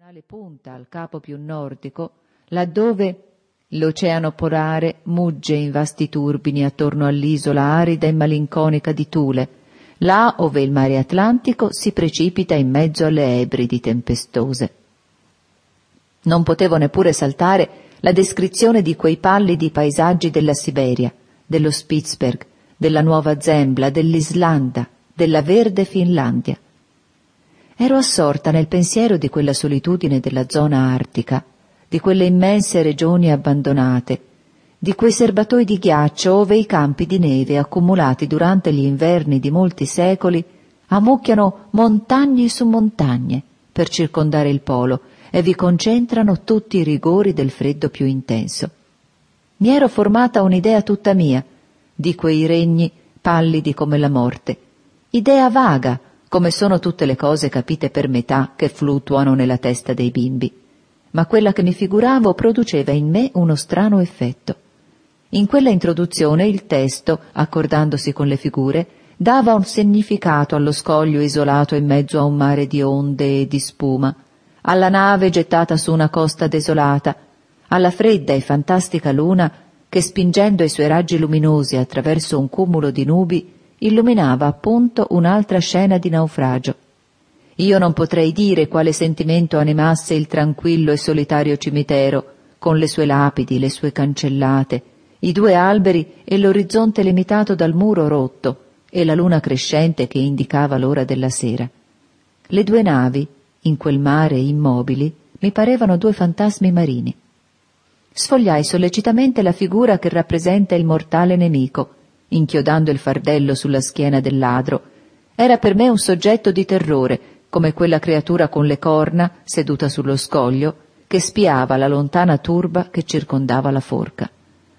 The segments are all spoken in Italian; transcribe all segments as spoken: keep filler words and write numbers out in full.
tale punta al capo più nordico, laddove l'oceano polare mugge in vasti turbini attorno all'isola arida e malinconica di Thule, là ove il mare Atlantico si precipita in mezzo alle Ebridi tempestose. Non potevo neppure saltare la descrizione di quei pallidi paesaggi della Siberia, dello Spitzberg, della Nuova Zembla, dell'Islanda, della verde Finlandia. Ero assorta nel pensiero di quella solitudine della zona artica, di quelle immense regioni abbandonate, di quei serbatoi di ghiaccio ove i campi di neve accumulati durante gli inverni di molti secoli ammucchiano montagne su montagne per circondare il polo e vi concentrano tutti i rigori del freddo più intenso. Mi ero formata un'idea tutta mia di quei regni pallidi come la morte, idea vaga come sono tutte le cose capite per metà che fluttuano nella testa dei bimbi, ma quella che mi figuravo produceva in me uno strano effetto. In quella introduzione il testo, accordandosi con le figure, dava un significato allo scoglio isolato in mezzo a un mare di onde e di spuma, alla nave gettata su una costa desolata, alla fredda e fantastica luna che, spingendo i suoi raggi luminosi attraverso un cumulo di nubi, illuminava appunto un'altra scena di naufragio. Io non potrei dire quale sentimento animasse il tranquillo e solitario cimitero, con le sue lapidi, le sue cancellate, i due alberi e l'orizzonte limitato dal muro rotto e la luna crescente che indicava l'ora della sera. Le due navi, in quel mare immobili, mi parevano due fantasmi marini. Sfogliai sollecitamente la figura che rappresenta il mortale nemico, inchiodando il fardello sulla schiena del ladro. Era per me un soggetto di terrore, come quella creatura con le corna, seduta sullo scoglio, che spiava la lontana turba che circondava la forca.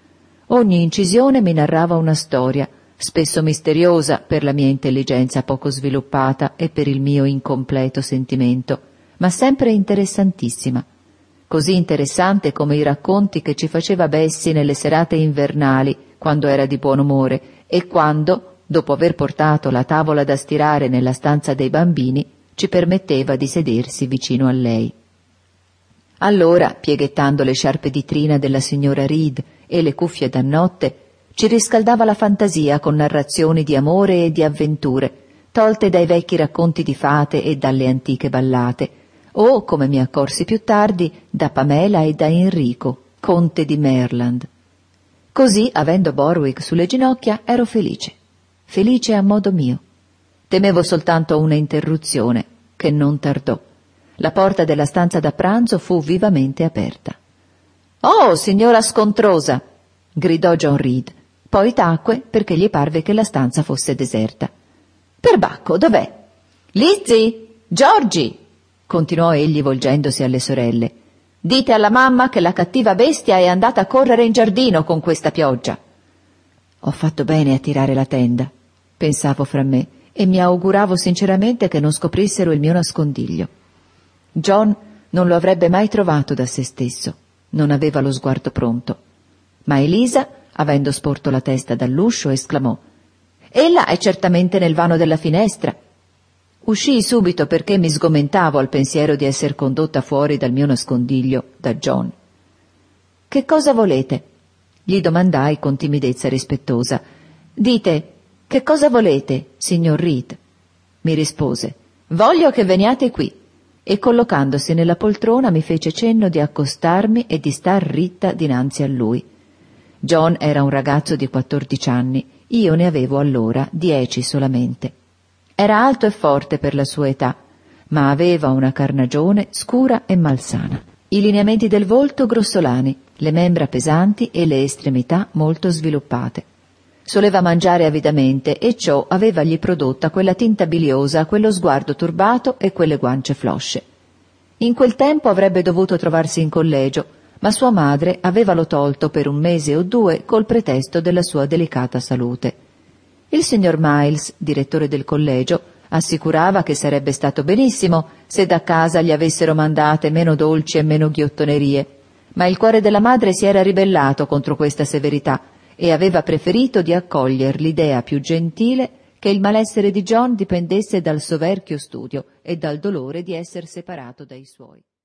Ogni incisione mi narrava una storia, spesso misteriosa per la mia intelligenza poco sviluppata e per il mio incompleto sentimento, ma sempre interessantissima, così interessante come i racconti che ci faceva Bessie nelle serate invernali, quando era di buon umore e quando, dopo aver portato la tavola da stirare nella stanza dei bambini, ci permetteva di sedersi vicino a lei. Allora, pieghettando le sciarpe di trina della signora Reed e le cuffie da notte, ci riscaldava la fantasia con narrazioni di amore e di avventure, tolte dai vecchi racconti di fate e dalle antiche ballate, o, come mi accorsi più tardi, da Pamela e da Enrico, conte di Maryland. Così, avendo Borwick sulle ginocchia, ero felice, felice a modo mio. Temevo soltanto una interruzione, che non tardò. La porta della stanza da pranzo fu vivamente aperta. «Oh, signora scontrosa!» gridò John Reed. Poi tacque perché gli parve che la stanza fosse deserta. «Perbacco, dov'è?» «Lizzie! Giorgi!» continuò egli volgendosi alle sorelle. «Dite alla mamma che la cattiva bestia è andata a correre in giardino con questa pioggia». «Ho fatto bene a tirare la tenda», pensavo fra me, e mi auguravo sinceramente che non scoprissero il mio nascondiglio. John non lo avrebbe mai trovato da se stesso, non aveva lo sguardo pronto. Ma Elisa, avendo sporto la testa dall'uscio, esclamò: «Ella è certamente nel vano della finestra». Uscii subito perché mi sgomentavo al pensiero di esser condotta fuori dal mio nascondiglio da John. «Che cosa volete?» gli domandai con timidezza rispettosa. «Dite, che cosa volete, signor Reed?» Mi rispose: «Voglio che veniate qui», e collocandosi nella poltrona mi fece cenno di accostarmi e di star ritta dinanzi a lui. John era un ragazzo di quattordici anni, io ne avevo allora dieci solamente. Era alto e forte per la sua età, ma aveva una carnagione scura e malsana, i lineamenti del volto grossolani, le membra pesanti e le estremità molto sviluppate. Soleva mangiare avidamente e ciò avevagli prodotta quella tinta biliosa, quello sguardo turbato e quelle guance flosce. In quel tempo avrebbe dovuto trovarsi in collegio, ma sua madre avevalo tolto per un mese o due col pretesto della sua delicata salute. Il signor Miles, direttore del collegio, assicurava che sarebbe stato benissimo se da casa gli avessero mandate meno dolci e meno ghiottonerie, ma il cuore della madre si era ribellato contro questa severità e aveva preferito di accoglier l'idea più gentile che il malessere di John dipendesse dal soverchio studio e dal dolore di esser separato dai suoi.